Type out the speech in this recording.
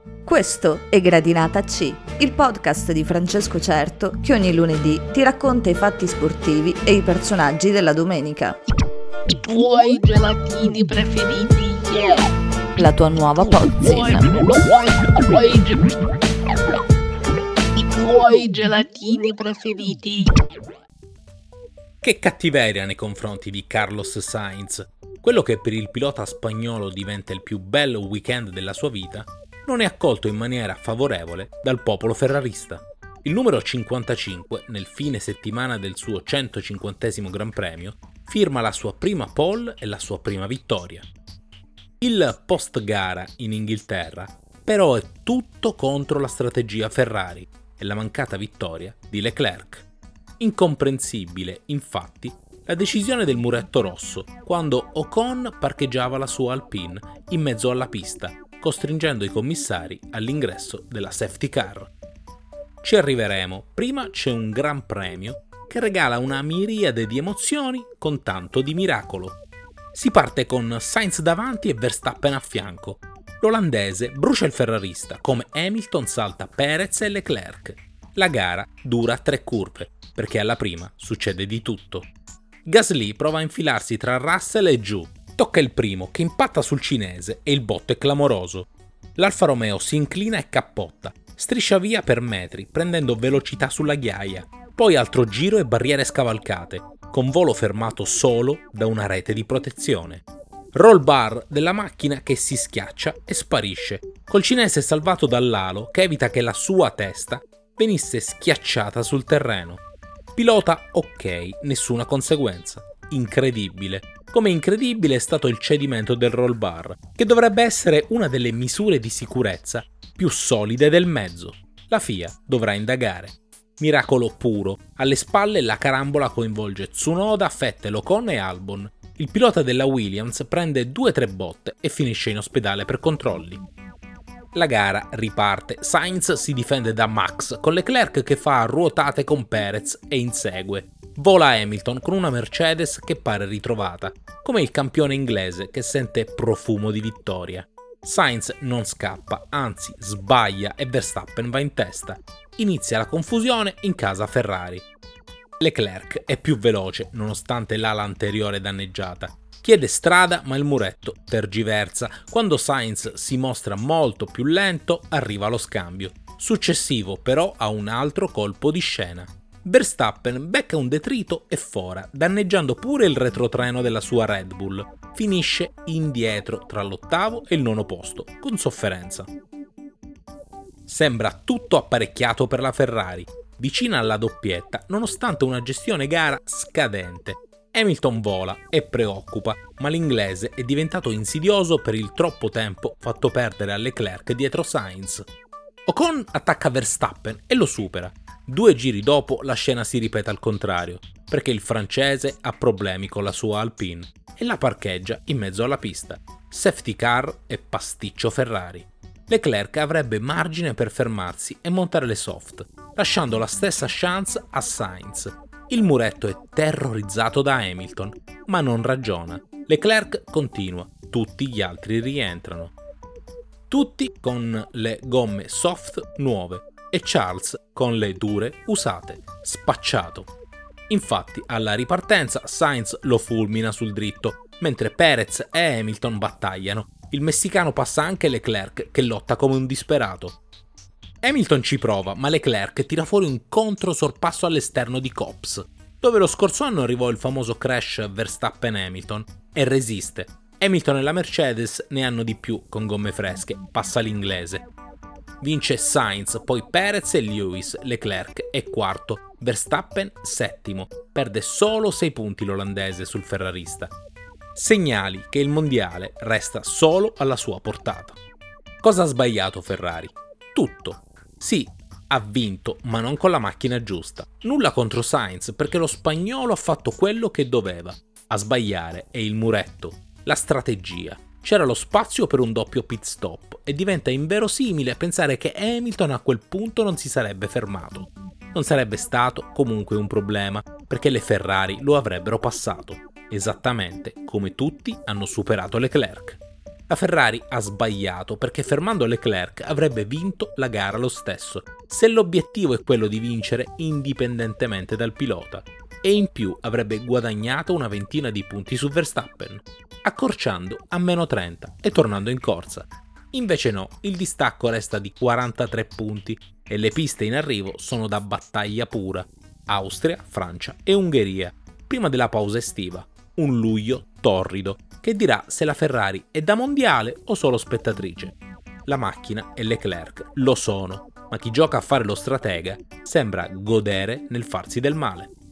Questo è Gradinata C, il podcast di Francesco Certo che ogni lunedì ti racconta i fatti sportivi e i personaggi della domenica. I tuoi gelatini preferiti, La tua nuova pozzin. I tuoi gelatini preferiti. Che cattiveria nei confronti di Carlos Sainz. Quello che per il pilota spagnolo diventa il più bello weekend della sua vita non è accolto in maniera favorevole dal popolo ferrarista. Il numero 55, nel fine settimana del suo 150° Gran Premio, firma la sua prima pole e la sua prima vittoria. Il post-gara in Inghilterra però è tutto contro la strategia Ferrari e la mancata vittoria di Leclerc. Incomprensibile, infatti, la decisione del muretto rosso quando Ocon parcheggiava la sua Alpine in mezzo alla pista, costringendo i commissari all'ingresso della safety car. Ci arriveremo, prima c'è un Gran Premio che regala una miriade di emozioni con tanto di miracolo. Si parte con Sainz davanti e Verstappen a fianco. L'olandese brucia il ferrarista come Hamilton salta Perez e Leclerc. La gara dura 3 curve, perché alla prima succede di tutto. Gasly prova a infilarsi tra Russell e Zhou. Tocca il primo che impatta sul cinese e il botto è clamoroso. L'Alfa Romeo si inclina e cappotta, striscia via per metri prendendo velocità sulla ghiaia, poi altro giro e barriere scavalcate, con volo fermato solo da una rete di protezione. Roll bar della macchina che si schiaccia e sparisce, col cinese salvato dall'alo che evita che la sua testa venisse schiacciata sul terreno. Pilota ok, nessuna conseguenza. Incredibile. Come incredibile è stato il cedimento del roll bar, che dovrebbe essere una delle misure di sicurezza più solide del mezzo. La FIA dovrà indagare. Miracolo puro. Alle spalle la carambola coinvolge Tsunoda, Vettel, Ocon e Albon. Il pilota della Williams prende 2-3 botte e finisce in ospedale per controlli. La gara riparte. Sainz si difende da Max con Leclerc che fa ruotate con Perez e insegue. Vola Hamilton con una Mercedes che pare ritrovata, come il campione inglese che sente profumo di vittoria. Sainz non scappa, anzi sbaglia e Verstappen va in testa. Inizia la confusione in casa Ferrari. Leclerc è più veloce nonostante l'ala anteriore danneggiata. Chiede strada ma il muretto tergiversa. Quando Sainz si mostra molto più lento arriva lo scambio. Successivo però a un altro colpo di scena. Verstappen becca un detrito e fora, danneggiando pure il retrotreno della sua Red Bull. Finisce indietro tra l'8° e il 9° posto, con sofferenza. Sembra tutto apparecchiato per la Ferrari, vicina alla doppietta, nonostante una gestione gara scadente. Hamilton vola e preoccupa, ma l'inglese è diventato insidioso per il troppo tempo fatto perdere a Leclerc dietro Sainz. Ocon attacca Verstappen e lo supera. 2 giri dopo la scena si ripete al contrario, perché il francese ha problemi con la sua Alpine e la parcheggia in mezzo alla pista. Safety car e pasticcio Ferrari. Leclerc avrebbe margine per fermarsi e montare le soft, lasciando la stessa chance a Sainz. Il muretto è terrorizzato da Hamilton, ma non ragiona. Leclerc continua, tutti gli altri rientrano. Tutti con le gomme soft nuove e Charles con le dure usate, spacciato. Infatti alla ripartenza Sainz lo fulmina sul dritto, mentre Perez e Hamilton battagliano. Il messicano passa anche Leclerc che lotta come un disperato. Hamilton ci prova, ma Leclerc tira fuori un controsorpasso all'esterno di Copse, dove lo scorso anno arrivò il famoso crash Verstappen-Hamilton, e resiste. Hamilton e la Mercedes ne hanno di più con gomme fresche, passa l'inglese. Vince Sainz, poi Perez e Lewis, Leclerc è quarto, Verstappen settimo, perde solo 6 punti l'olandese sul ferrarista. Segnali che il mondiale resta solo alla sua portata. Cosa ha sbagliato Ferrari? Tutto. Sì, ha vinto, ma non con la macchina giusta. Nulla contro Sainz, perché lo spagnolo ha fatto quello che doveva. A sbagliare è il muretto, la strategia. C'era lo spazio per un doppio pit stop e diventa inverosimile pensare che Hamilton a quel punto non si sarebbe fermato. Non sarebbe stato comunque un problema, perché le Ferrari lo avrebbero passato, esattamente come tutti hanno superato Leclerc. La Ferrari ha sbagliato perché fermando Leclerc avrebbe vinto la gara lo stesso, se l'obiettivo è quello di vincere indipendentemente dal pilota, e in più avrebbe guadagnato una ventina di punti su Verstappen, accorciando a -30 e tornando in corsa. Invece no, il distacco resta di 43 punti e le piste in arrivo sono da battaglia pura: Austria, Francia e Ungheria, prima della pausa estiva, un luglio torrido che dirà se la Ferrari è da mondiale o solo spettatrice. La macchina e Leclerc lo sono, ma chi gioca a fare lo stratega sembra godere nel farsi del male.